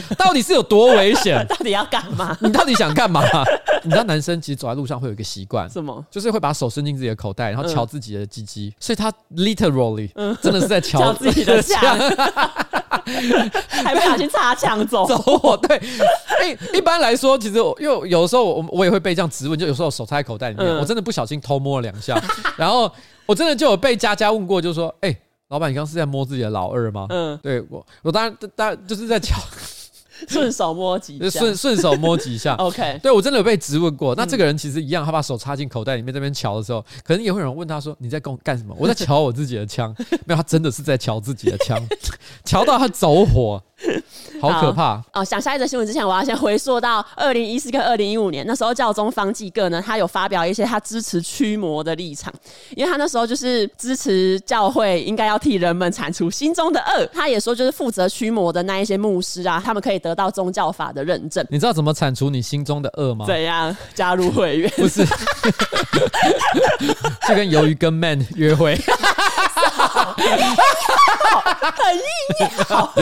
到底是有多危险？ 到底要干嘛？ 你到底想干嘛？你知道男生其实走在路上会有一个习惯， 什么？ 就是会把手伸进自己的口袋，然后瞧自己的鸡鸡，所以他 literally 真的是在瞧自己的枪，还不小心擦枪走火。对，一般来说，其实因为有的时候我也会被这样质问，就有时候手插在口袋里面，我真的不小心偷摸了2下，然后我真的就有被佳佳问过，就说：“老板，你刚刚是在摸自己的老二吗？”对我当然就是在瞧。 顺手摸几下， 顺手摸几下。 OK， 对我真的有被质问过。那这个人其实一样，他把手插进口袋里面这边瞧的时候，可能也会有人问他说：“你在干什么？”我在瞧我自己的枪，没有，他真的是在瞧自己的枪，瞧到他走火。好可怕哦！想下一则新闻之前，我要先回溯到2014跟2015年，那时候教宗方济各呢，他有发表一些他支持驱魔的立场，因为他那时候就是支持教会应该要替人们铲除心中的恶。他也说，就是负责驱魔的那一些牧师啊，他们可以得到宗教法的认证。 你知道怎么铲除你心中的恶吗？ 怎样？加入会员？ 不是，就跟鱿鱼跟 man 约会。 很硬要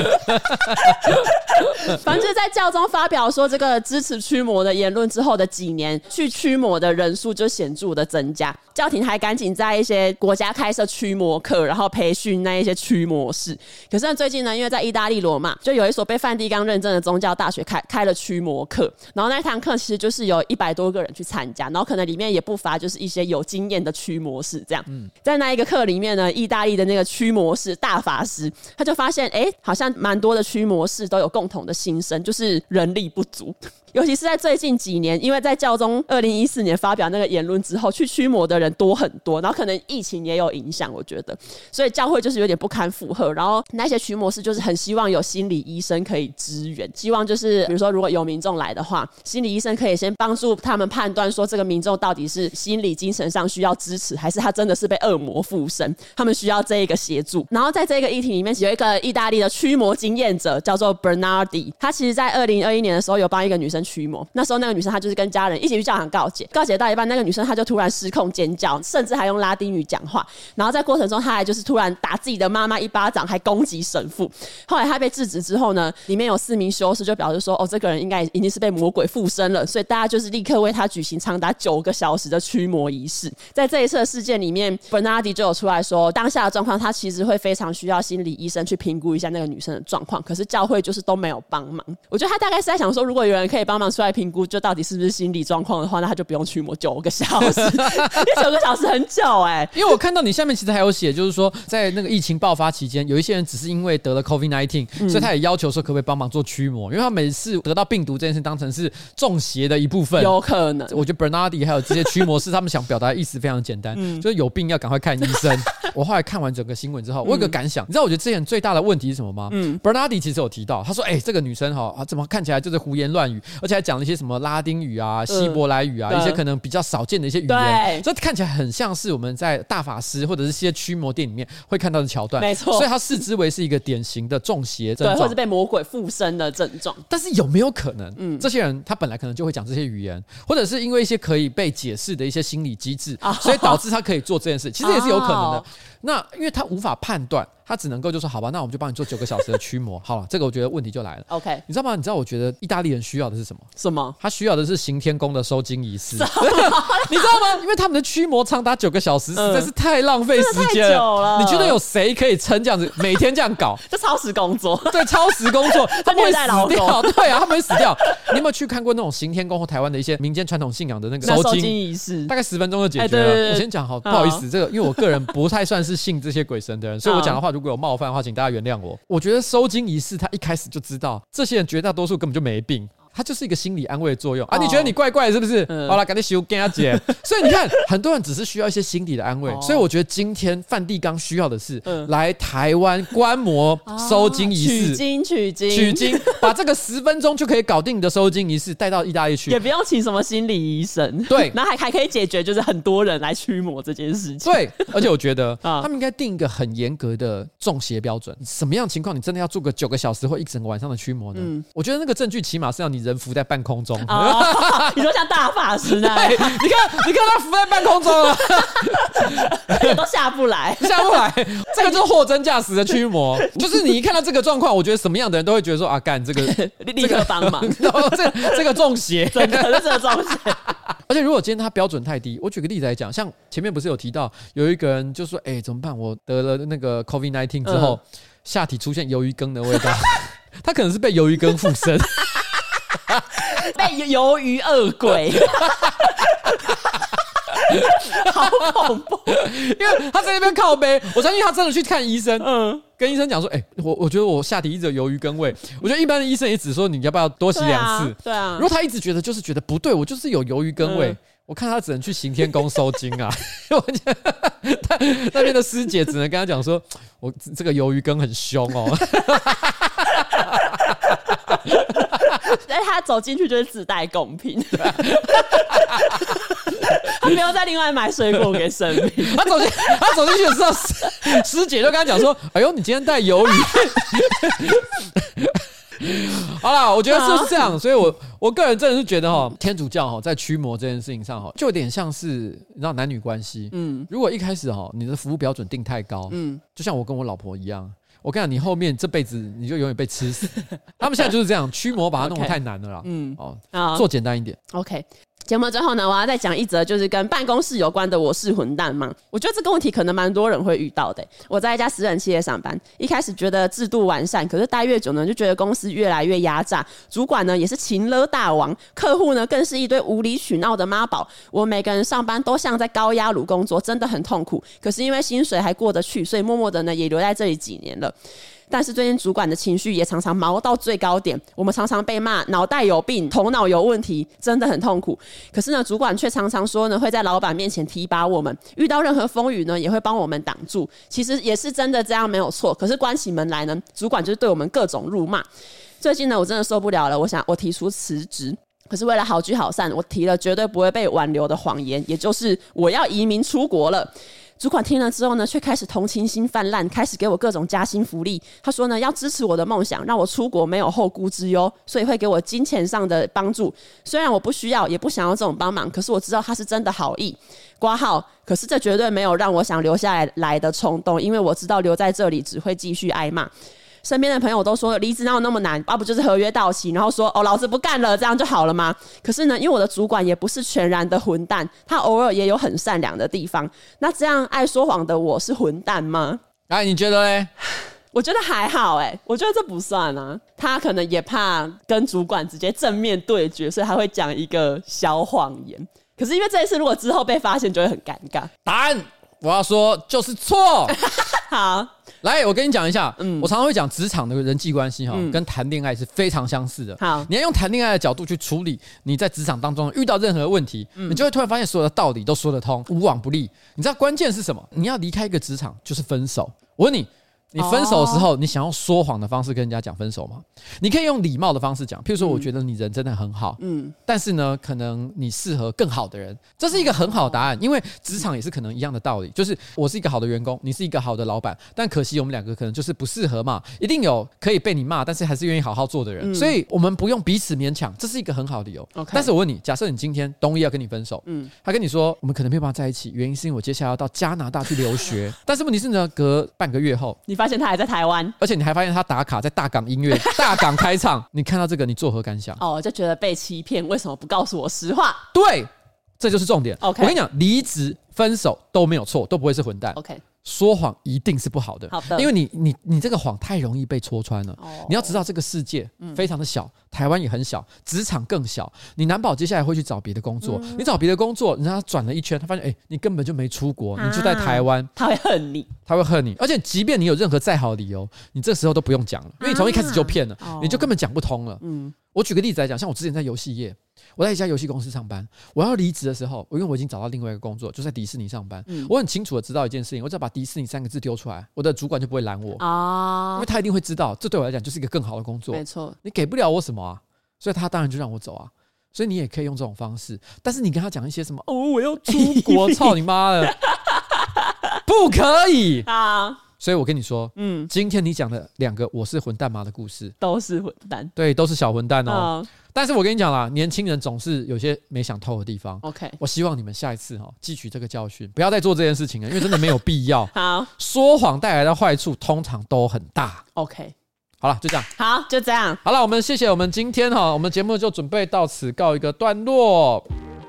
反正就是在教宗发表说这个支持驱魔的言论之后的几年，去驱魔的人数就显著的增加。教廷还赶紧在一些国家开设驱魔课，然后培训那一些驱魔士。可是最近呢，因为在意大利罗马就有一所被梵蒂冈认证的宗教大学开了驱魔课，然后那堂课其实就是有100多个人去参加，然后可能里面也不乏就是一些有经验的驱魔士这样。在那一个课里面呢，意大利的那个驱魔士大法师他就发现好像蛮多的驱魔士都有共同的心声，就是人力不足。尤其是在最近几年，因为在教宗2014年发表那个言论之后，去驱魔的人多很多，然后可能疫情也有影响，我觉得，所以教会就是有点不堪负荷。然后那些驱魔师就是很希望有心理医生可以支援，希望就是比如说如果有民众来的话，心理医生可以先帮助他们判断说这个民众到底是心理精神上需要支持，还是他真的是被恶魔附身，他们需要这一个协助。然后在这个议题里面，有一个意大利的驱魔经验者叫做 Bernardi， 他其实在2021年的时候有帮一个女生驱魔，那时候那个女生她就是跟家人一起去教堂告解，告解到一半，那个女生她就突然失控尖叫，甚至还用拉丁语讲话，然后在过程中她还就是突然打自己的妈妈一巴掌，还攻击神父。后来她被制止之后呢，里面有4名修士就表示说，这个人应该已经是被魔鬼附身了，所以大家就是立刻为他举行长达9个小时的驱魔仪式。在这一次的事件里面 Bernardi 就有出来说，当下的状况他其实会非常需要心理医生去评估一下那个女生的状况，可是教会就是都没有帮忙。我觉得他大概是在想说，如果有人可以帮忙出来评估就到底是不是心理状况的话，那他就不用驱魔9个小时因为9个小时很久因为我看到你下面其实还有写，就是说在那个疫情爆发期间，有一些人只是因为得了 COVID-19，所以他也要求说可不可以帮忙做驱魔，因为他每次得到病毒这件事当成是中邪的一部分， 有可能。 我觉得 Bernardi 还有这些驱魔师他们想表达的意思非常简单，就是有病要赶快看医生我后来看完整个新闻之后，我有个感想，你知道我觉得这些人最大的问题是什么吗？Bernardi 其实有提到，他说这个女生怎么看起来就是胡言乱语，而且还讲了一些什么拉丁语啊、希伯来语啊，一些可能比较少见的一些语言，所以看起来很像是我们在大法师或者是一些驱魔店里面会看到的桥段， 没错。 所以他视之为是一个典型的中邪症状， 对，或者被魔鬼附身的症状。 但是有没有可能，这些人他本来可能就会讲这些语言，或者是因为一些可以被解释的一些心理机制，所以导致他可以做这件事，其实也是有可能的。那因为他无法判断，他只能够就说好吧，那我们就帮你做9个小时的驱魔。好了，这个我觉得问题就来了。 OK， 你知道吗？你知道我觉得意大利人需要的是什么？ 什么？ 他需要的是行天宫的收金仪式。你知道吗？因为他们的驱魔长达9个小时，实在是太浪费时间了。你觉得有谁可以撑这样子，每天这样搞？ 这超时工作， 对，超时工作，他们会死掉。对啊，他们会死掉。你有没有去看过那种行天宫或台湾的一些民间传统信仰的那个收金仪式？ 大概10分钟就解决了。我先讲好，不好意思，这个因为我个人不太算是信这些鬼神的人，所以我讲的话如果有冒犯的话，请大家原谅我。我觉得收金仪式，他一开始就知道这些人绝大多数根本就没病。它就是一个心理安慰的作用啊！你觉得你怪怪的是不是？好了，赶紧修跟他解。所以你看，很多人只是需要一些心理的安慰。所以我觉得今天梵蒂冈需要的是来台湾观摩收金仪式， 取经， 把这个10分钟就可以搞定的收金仪式带到意大利去， 也不用请什么心理医生。 对， 然后还可以解决就是很多人来驱魔这件事情。 对，而且我觉得他们应该定一个很严格的中邪标准。什么样的情况你真的要做个9个小时或1整个晚上的驱魔呢？我觉得那个证据起码是要你人浮在半空中。 你说像大法师那样， 你看他浮在半空中了， 都下不来， 下不来。这个就是货真价实的驱魔，就是你一看到这个状况，我觉得什么样的人都会觉得说啊，干这个立刻帮忙， 这个中邪， 真的是这个中邪。 而且如果今天他标准太低，我举个例子来讲，像前面不是有提到有一个人就说，怎么办？我得了那个 COVID-19 之后，下体出现鱿鱼羹的味道，他可能是被鱿鱼羹附身， 被鱿鱼恶鬼。好恐怖！ 因为他在那边靠背，我相信他真的去看医生，跟医生讲说，我觉得我下体一直有鱿鱼羹味。我觉得一般的医生也只说你要不要多洗2次。 对啊。 如果他一直觉得不对，我就是有鱿鱼羹味，我看他只能去行天宫收金啊。我觉得那边的师姐只能跟他讲说，我这个鱿鱼羹很凶哦。 但他走进去就是自带贡品，他不用再另外买水果给神明。 他走进去的时候，师姐就跟他讲说：“哎呦，你今天带鱿鱼。”好啦，我觉得是这样，所以我个人真的是觉得天主教在驱魔这件事情上就有点像是你知道男女关系，如果一开始你的服务标准定太高，就像我跟我老婆一样。我跟你讲，你后面这辈子你就永远被吃死。他们现在就是这样，驱魔把它弄得太难了啦。做简单一点。 OK。节目最后呢，我要再讲一则就是跟办公室有关的我是混蛋吗？我觉得这个问题可能蛮多人会遇到的。我在一家私人企业上班，一开始觉得制度完善，可是待越久呢，就觉得公司越来越压榨，主管呢也是情勒大王，客户呢更是一堆无理取闹的妈宝。我每个人上班都像在高压炉工作，真的很痛苦。可是因为薪水还过得去，所以默默的呢也留在这里几年了。但是最近主管的情绪也常常毛到最高点，我们常常被骂脑袋有病、头脑有问题，真的很痛苦。可是呢，主管却常常说呢，会在老板面前提拔我们，遇到任何风雨呢，也会帮我们挡住。其实也是真的这样没有错。可是关起门来呢，主管就是对我们各种辱骂。最近呢，我真的受不了了，我提出辞职。可是为了好聚好散，我提了绝对不会被挽留的谎言，也就是我要移民出国了。主管听了之后呢，却开始同情心泛滥，开始给我各种加薪福利。他说呢，要支持我的梦想，让我出国没有后顾之忧，所以会给我金钱上的帮助。虽然我不需要，也不想要这种帮忙，可是我知道他是真的好意。括号，可是这绝对没有让我想留下来的冲动，因为我知道留在这里只会继续挨骂。身边的朋友都说离职哪有那么难，不就是合约到期，然后说老子不干了，这样就好了吗？可是呢，因为我的主管也不是全然的混蛋，他偶尔也有很善良的地方。那这样爱说谎的我是混蛋吗？ 你觉得嘞？ 我觉得还好我觉得这不算啊。他可能也怕跟主管直接正面对决，所以他会讲一个小谎言。可是因为这一次如果之后被发现就会很尴尬。 答案我要说就是错。 好， 来，我跟你讲一下，我常常会讲职场的人际关系跟谈恋爱是非常相似的。 好， 你要用谈恋爱的角度去处理你在职场当中遇到任何问题，你就会突然发现所有的道理都说得通，无往不利。你知道关键是什么？你要离开一个职场就是分手。我问你。你分手的时候，你想用说谎的方式跟人家讲分手吗？你可以用礼貌的方式讲，譬如说，我觉得你人真的很好，但是呢，可能你适合更好的人，这是一个很好的答案。因为职场也是可能一样的道理，就是我是一个好的员工，你是一个好的老板，但可惜我们两个可能就是不适合嘛。一定有可以被你骂，但是还是愿意好好做的人，所以我们不用彼此勉强，这是一个很好的理由。但是我问你，假设你今天东一要跟你分手，他跟你说我们可能没有办法在一起，原因是因为我接下来要到加拿大去留学，但是问题是呢，隔半个月后， 你发现他还在台湾， 而且你还发现他打卡在大港音乐大港开唱，你看到这个你作何感想？ 就觉得被欺骗，为什么不告诉我实话？ 对，这就是重点。 我跟你讲，离职分手都没有错，都不会是混蛋。说谎一定是不好的，因为你这个谎太容易被戳穿了。你要知道这个世界非常的小，台湾也很小，职场更小，你难保接下来会去找别的工作。你找别的工作，人家转了一圈，他发现你根本就没出国，你就在台湾， 他会恨你， 而且即便你有任何再好的理由，你这时候都不用讲了，因为你从一开始就骗了，你就根本讲不通了。我举个例子来讲，像我之前在游戏业，我在一家游戏公司上班，我要离职的时候，因为我已经找到另外一个工作，就在迪士尼上班。我很清楚的知道一件事情，我只要把迪士尼3个字丢出来，我的主管就不会拦我因为他一定会知道，这对我来讲就是一个更好的工作。 没错， 你给不了我什么啊，所以他当然就让我走啊。所以你也可以用这种方式，但是你跟他讲一些什么我要出国，操你妈的，不可以啊！ 所以我跟你说，今天你讲的2个我是混蛋妈的故事， 都是混蛋， 对，都是小混蛋哦。但是我跟你讲啦，年轻人总是有些没想透的地方。 OK， 我希望你们下一次汲取这个教训，不要再做这件事情了，因为真的没有必要。 好， 说谎带来的坏处通常都很大。 OK， 好了，就这样。 好，就这样。 好了，我们谢谢我们今天我们节目就准备到此告一个段落。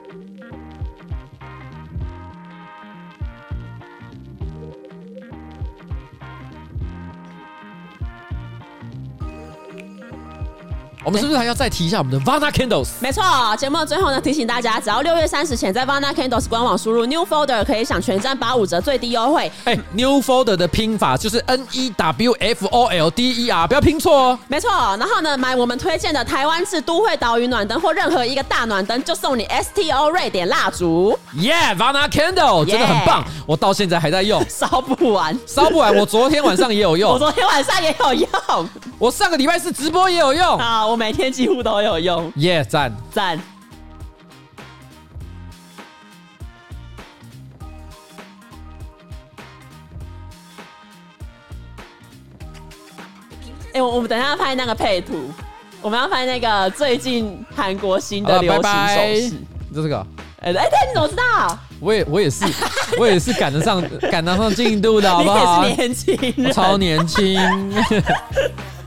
我们是不是还要再提一下我们的 Vana Candles？ 没错，节目的最后呢，提醒大家，只要6月30前在 Vana Candles 官网输入 New Folder， 可以享全站85折最低优惠。 New Folder 的拼法就是 NEWFOLDER， 不要拼错哦。 没错，然后呢，买我们推荐的台湾制都会岛屿暖灯或任何一个大暖灯，就送你 STO 瑞典蜡烛。 Vana Candle 真的很棒，我到现在还在用， 烧不完。 我昨天晚上也有用， 我昨天晚上也有用， 我上个礼拜4直播也有用啊，我每天几乎都有用。 赞。 我们等一下拍那个配图，我们要拍那个最近韩国新的流行手势。 就这个。 对，你怎么知道？ 我也是赶得上进度的，好不好？ 你也是年轻人， 我超年轻。